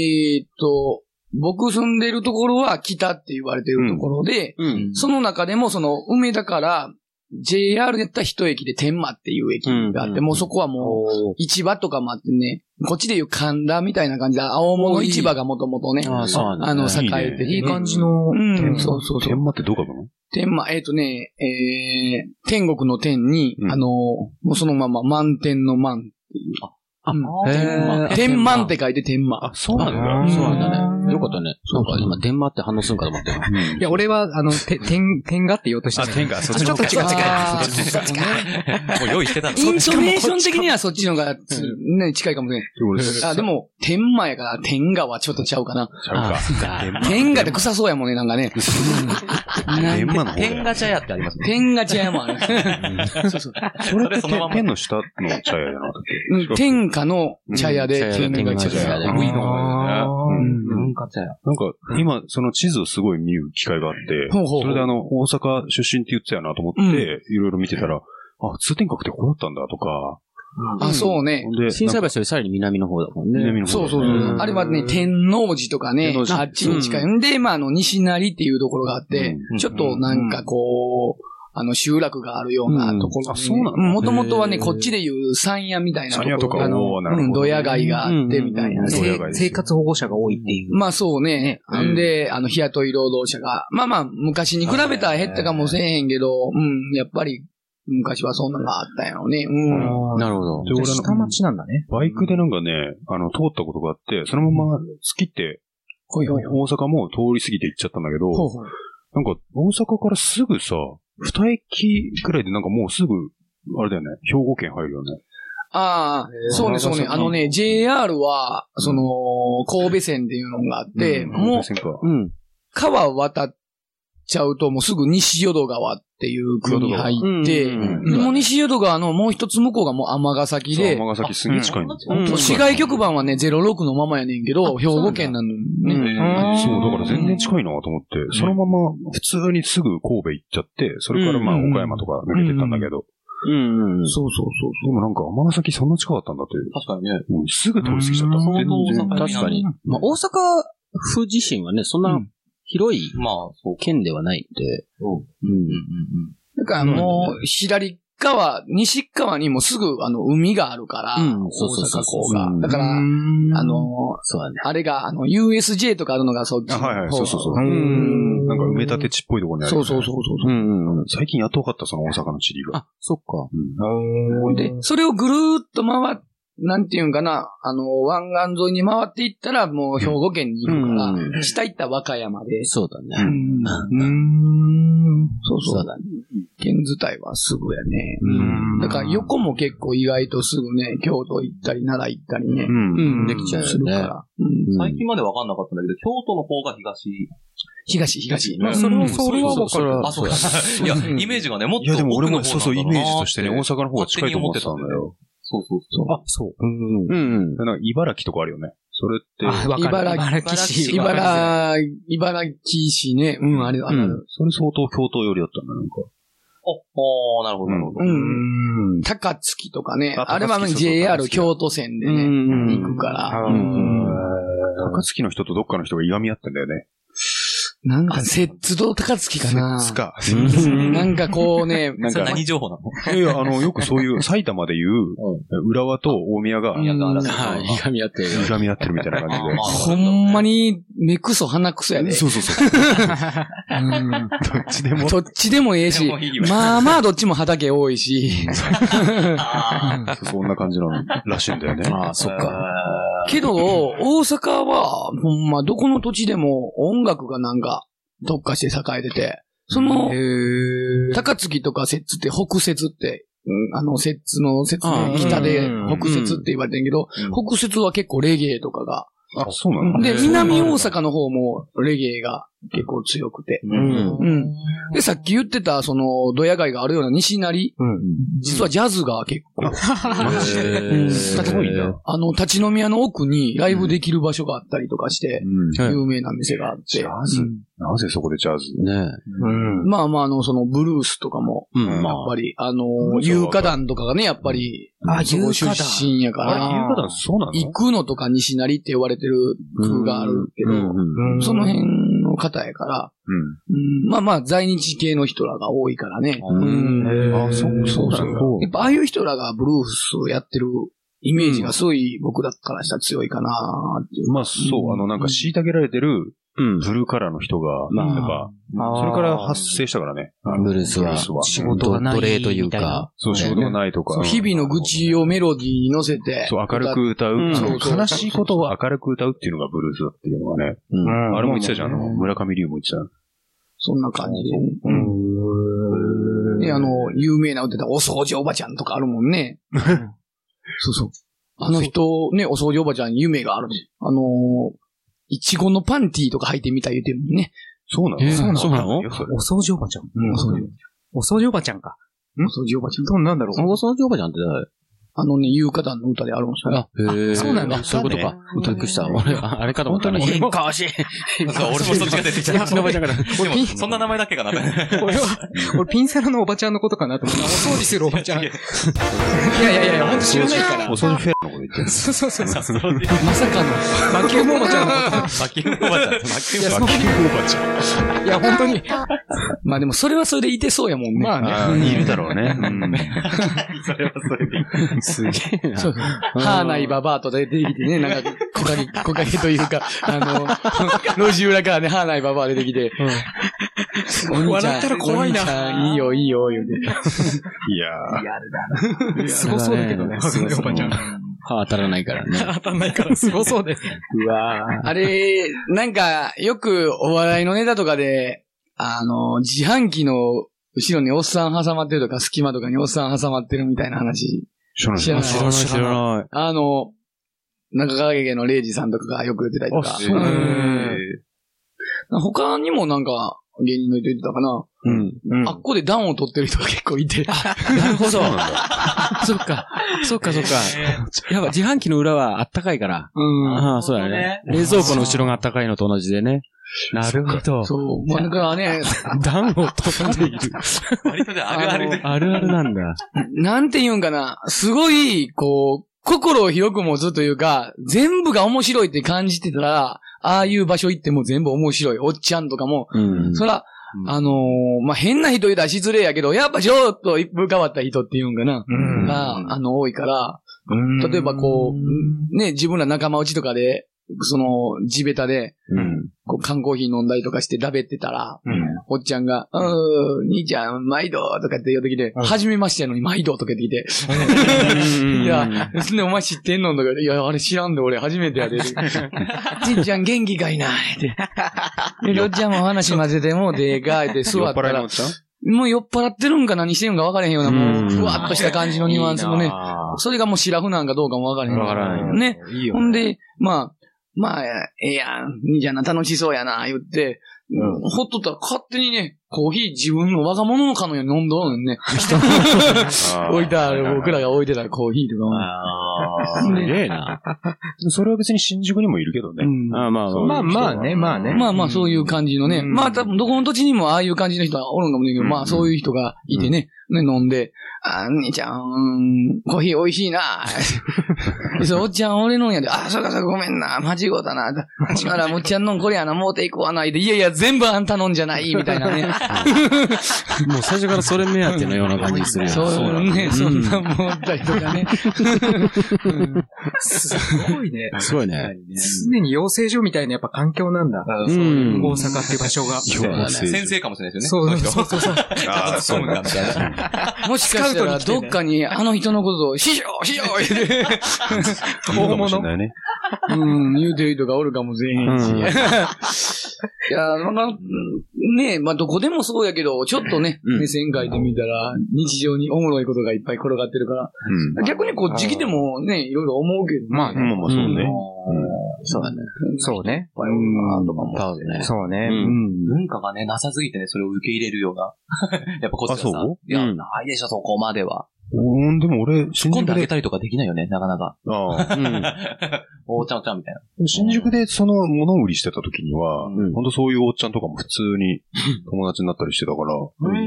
S7: 僕住んでるところは北って言われてるところで、その中でもその梅田から、JR でやった一駅で天満っていう駅があって、もうそこはもう市場とかもあってね、こっちでいう神田みたいな感じで、青物市場がもともとね、栄えて
S3: いい感じの。
S4: そう。天満ってどこなの？
S7: 天満、天国の天に、もうそのまま満天の満っていう。天満って書いて天満。
S6: そうなんだ。そうなんだね。よかったね。なんか今、天満って反応するんかと思って。
S3: いや、俺は、天がって言おうとした。
S4: 天が、そっちの
S3: ちょっと違う。
S5: もう用意してたの。
S7: イントネーション的にはそっちのが、ね、近いかもね。でも、天満やから、天下はちょっとちゃうかな。
S4: ちゃうか。
S7: 天下って臭そうやもんね、なんかね。
S4: 天満の方
S5: 天下茶屋ってありますね。
S7: 天下茶屋もある。
S4: そう。それって天の下の茶屋やなかったっけ？
S7: 天下の茶屋で、天下茶屋で。
S4: なんか、今、その地図をすごい見る機会があって、それで大阪出身って言ってたよなと思って、いろいろ見てたら、通天閣ってここだったんだとか。
S7: そうね。
S6: 心斎橋よりさらに南の方だもんね。
S4: 南の方。
S7: そう。あれはね、天王寺とかね、あっちに近いんで、西成っていうところがあって、ちょっとなんかこう、 集落があるようなところに、
S4: そうなの？
S7: もともとはね、こっちでいう山屋みたいなところ。
S4: 山屋とか
S7: ドヤ街があってみたいな。
S3: 生活保護者が多いっていう。
S7: まあそうね。んで、日雇い労働者が、まあ昔に比べたら減ったかもしれへんけど、やっぱり、昔はそんなのがあったんやろね。
S6: なるほど。
S3: で、下町なんだね。
S4: バイクでなんかね、通ったことがあって、そのまま突っ切って、大阪も通り過ぎて行っちゃったんだけど、なんか大阪からすぐさ、2駅くらいでなんかもうすぐ、あれだよね、兵庫県入るよね。
S7: ああ、そうね。JR は、神戸線っていうのがあって、もう、川渡っちゃうともうすぐ西淀川っていう国に入って、もう西淀川のもう一つ向こうがもう尼崎で、
S4: 尼崎すげえ近いんですよ。
S7: 市街局番はね、06のままやねんけど、兵庫県なのね。
S4: そう、だから全然近いなと思って、そのまま普通にすぐ神戸行っちゃって、それからまあ岡山とか抜けてったんだけど、
S7: そう。
S4: でもなんか尼崎そんな近かったんだって。
S5: 確かにね。
S4: すぐ通り過ぎちゃった。
S6: 確かに。まあ大阪府自身はね、そんな、広い、県ではないんで。
S7: だからもう、左側、西側にもすぐ、海があるから、大阪港が。だから、そうだね。あれが、USJ とかあるのがそっち。
S4: はい、そう。なんか埋め立て地っぽいところにある。そう。最近やっと分かった、その大阪の地理が。
S6: あ、そっか。
S7: で、それをぐるーっと回って、なんていうんかな、湾岸沿いに回っていったら、もう兵庫県にいるから、下行った和歌山で。
S6: そうだね。
S7: そうだね。県伝いはすぐやね。だから横も結構意外とすぐね、京都行ったり奈良行ったりね。
S6: できちゃうよね。
S7: するから。
S5: 最近まで分かんなかったんだけど、京都の方が
S7: 東。
S3: それは分かる。
S5: あ、そうか。いや、イメージがね、もっと。
S4: いや、でも俺もそう、イメージとしてね、大阪の方が近いと思ってたんだよ。
S5: そう。
S4: あ、そう。なんか茨城とかあるよね。それって。
S7: 茨城市ね。あれ。
S4: それ相当京都寄りだったんだ、なんか。
S5: なるほど。
S7: 高槻とかね。あれは JR 京都線でね、行くから。
S4: 高槻の人とどっかの人がいがみ合ってんだよね。
S7: なんか、摂津と高槻かな。
S4: 摂津か。
S7: なんかこうね。
S5: それ何情報なの？
S4: いや、よくそういう埼玉でいう、浦和と大宮が、
S6: いがみ合ってる。
S4: いがみ合ってるみたいな感じで。
S7: ほんまに、目くそ鼻くそやで。
S4: そう。どっ
S7: ちでもええし、まあどっちも畑多いし。
S4: そんな感じのらしいんだよね。
S6: ああ、そっか。
S7: けど、大阪は、ほんまどこの土地でも音楽がなんか、特化して栄えてて、その、高槻とか摂津って北摂って、摂津の摂で北で北摂って言われてるけど、北摂は結構レゲエとかが、
S4: あ、そうなの？
S7: で、南大阪の方もレゲエが結構強くて。で、さっき言ってた、ドヤ街があるような西成、実はジャズが結構。立ち飲み屋の奥にライブできる場所があったりとかして、有名な店があって。
S4: ジャズ？なぜそこでジャズ？
S6: ね。
S7: まあ、ブルースとかも、やっぱり、有価団とかがね、やっぱり、そこ出身やから。
S4: 有価団そうなの？
S7: 生野とか西成って呼ばれてる区があるけど、その辺の方やから、まあ在日系の人らが多いからね。そう。やっぱああいう人らがブルースやってるイメージがすごい僕だからしたら強いかなっていう。
S4: まあそう、なんか虐げられてるブルーカラーの人が、やっぱ、それから発生したからね。
S6: ブルースは。
S3: 仕事がない。
S6: 奴隷というか。
S4: そう、仕事がないとか。
S7: 日々の愚痴をメロディーに乗せて。
S4: そう、明るく歌う。悲しいことを明るく歌うっていうのがブルースだっていうのがね。あれも言ってたじゃん、村上龍も言ってた。
S7: そんな感じで。で、有名な歌でお掃除おばちゃんとかあるもんね。そう。あの人、ね、お掃除おばちゃん夢があるし。いちごのパンティーとか履いてみたい言うてるもんね。
S4: そうなの？
S6: そうなの？
S3: お掃除おばちゃん。お掃除おばちゃんか。
S7: お掃除おばちゃん。
S3: なんだろう。
S6: お掃除おばちゃんって誰？
S7: 有価団の歌であるんですよ。
S6: そうなんだ。そういうことか。歌いくした。あれかと思ったら。
S5: 変かわしい。俺もそっちが出てきた。そんな名前だっけかな。
S3: 俺ピンサロのおばちゃんのことかなと思った。お掃除するおばちゃん。いや、ほんと知らないから。
S4: お掃除フェアのこと言
S3: そう。まさかの、
S6: バキュームおばちゃんのこと。バキュームおばちゃん。バキュームおばちゃん。
S3: いや、本当に。
S7: まあでもそれはそれでいてそうやもんね。
S3: まあね。
S4: いるだろうね。
S5: それはそれでいい。
S6: すげえな。
S7: そう。ハーナイババアと出てきてね、なんか、木陰というか、路地裏からね、ハーナイババア出てきて、お兄ちゃん、
S3: 笑ったら怖いな。
S7: お兄ちゃん、いいよ、言うて。
S4: いやー。
S3: すごそうだけどね、おばちゃん。
S6: 歯当たらないからね。
S3: 当たんないからすごそうです。
S6: うわぁ。
S7: あれ、なんか、よくお笑いのネタとかで、自販機の後ろにおっさん挟まってるとか、隙間とかにおっさん挟まってるみたいな話。
S4: 知らない。
S7: 知らない
S6: 知らない。
S7: 中川家のレイジさんとかがよく言ってたりとか。他にもなんか、芸人の人言ってたかな。あっこで暖を取ってる人が結構いて。
S6: なるほど。そっか。やっぱ自販機の裏はあったかいから。ああ、そうだね。冷蔵庫の後ろがあったかいのと同じでね。なるほど。
S7: そう。だからね、
S6: 暖を取っている。
S5: 割とね、ある
S6: あるなんだ。
S7: なんて言うんかな。すごい、こう、心を広く持つというか、全部が面白いって感じてたら、ああいう場所行っても全部面白い。おっちゃんとかも。そら、まあ、変な人いたら失礼やけど、やっぱちょっと一風変わった人っていうんかな。が、多いから、例えばこう、ね、自分ら仲間内とかで、地べたで、こう缶コーヒー飲んだりとかしてだべってたら、おっちゃんが、兄ちゃん、毎度とかって言うときで、初めましてやのに毎度とかって言ってきて、いや、お前知ってんのとか、いや、あれ知らんで俺初めてやで。じいちゃん元気かいなって。で、おっちゃんも話混ぜてもでかいって座ったら、もう酔っ払ってるんか何してるんか分からへんような、もう、ふわっとした感じのニュアンスもね、それがもうシラフなんかどうかも分からへん。
S6: 分からない。
S7: ね。ほんで、まあ、ええやん、兄ちゃんな、楽しそうやな、言って、ほっとったら勝手にね、コーヒー自分の我が物のかのように飲んどるのにね。置いた、僕らが置いてたコーヒーとかも。
S6: すげえな。
S4: それは別に新宿にもいるけどね。
S6: まあね。
S7: まあ、そういう感じのね。まあ、多分どこの土地にもああいう感じの人はおるのかもしれんけど、まあ、そういう人がいてね、飲んで、兄ちゃん、コーヒー美味しいな。おっちゃん俺のんやで、そうかごめんな、間違うたな。なら、もっちゃんのんこれやな、もうていくわないで、いや、全部あんたのんじゃない、みたいなね。
S6: もう最初からそれ目当てのような感じするよ。
S7: そうね、そんな思ったりとかね。
S3: すごいね。
S6: すごいね。
S3: 常に養成所みたいなやっぱ環境なんだ。大阪っていう場所が。
S5: 先生かもしれないですよね。
S3: そう。
S5: そうなんだ。
S7: もしかしたらどっかにあの人のことを師匠言うて。
S4: 大物
S7: 言うてる人がおるかもしれへんし。いや、ねえ、まあ、どこでもそうやけど、ちょっとね、目線変えてみたら、日常におもろいことがいっぱい転がってるから、逆にこっち来てもね、いろいろ思うけど。
S3: まあね。
S4: そうね。
S6: そうだね。
S3: そうね。そうね。
S5: 文化がね、なさすぎてね、それを受け入れるような。やっぱこっちがさ、いや、ないでしょ、そこまでは。
S4: でも俺、新宿で。
S5: 今度あげたりとかできないよね、なかなか。おっちゃんみたいな。
S4: 新宿でその物売りしてた時には、ほんとそういうおっちゃんとかも普通に友達になったりしてたから。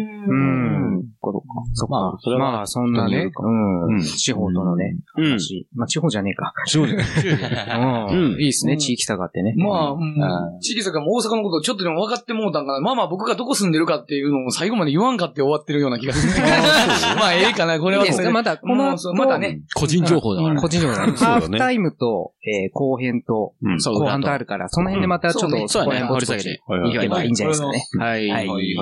S3: そっか。それはまあ、そんなね、地方とのね、話。まあ、地方じゃねえか。地方じゃねえ。いいっすね、地域差があってね。
S7: まあ、地域差が大阪のことをちょっとでも分かってもうたんかな。まあ僕がどこ住んでるかっていうのを最後まで言わんかって終わってるような気がする。まあ、ええかな、これは。
S3: また、この、
S7: またね。
S6: 個人情報だから。
S3: 個人情報だね。ハーフタイムと、後編と、後半とあるから、その辺でまたちょっと、
S6: そうだね、掘り下げて
S3: いけばいいんじゃないですかね。
S6: はい。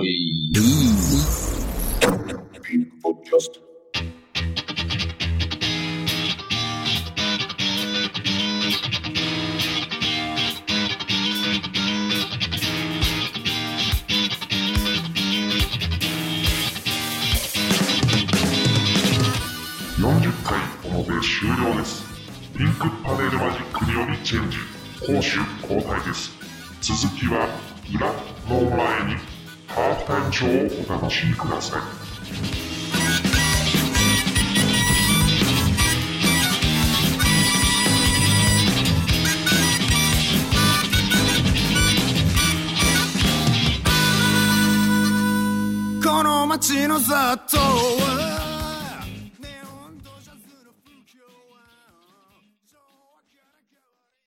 S8: 40回表終了です。ピンクパネルマジックによりチェンジ。攻守交代です。続きは裏の前にハーフタイムショーをお楽しみください。
S2: この街の雑踏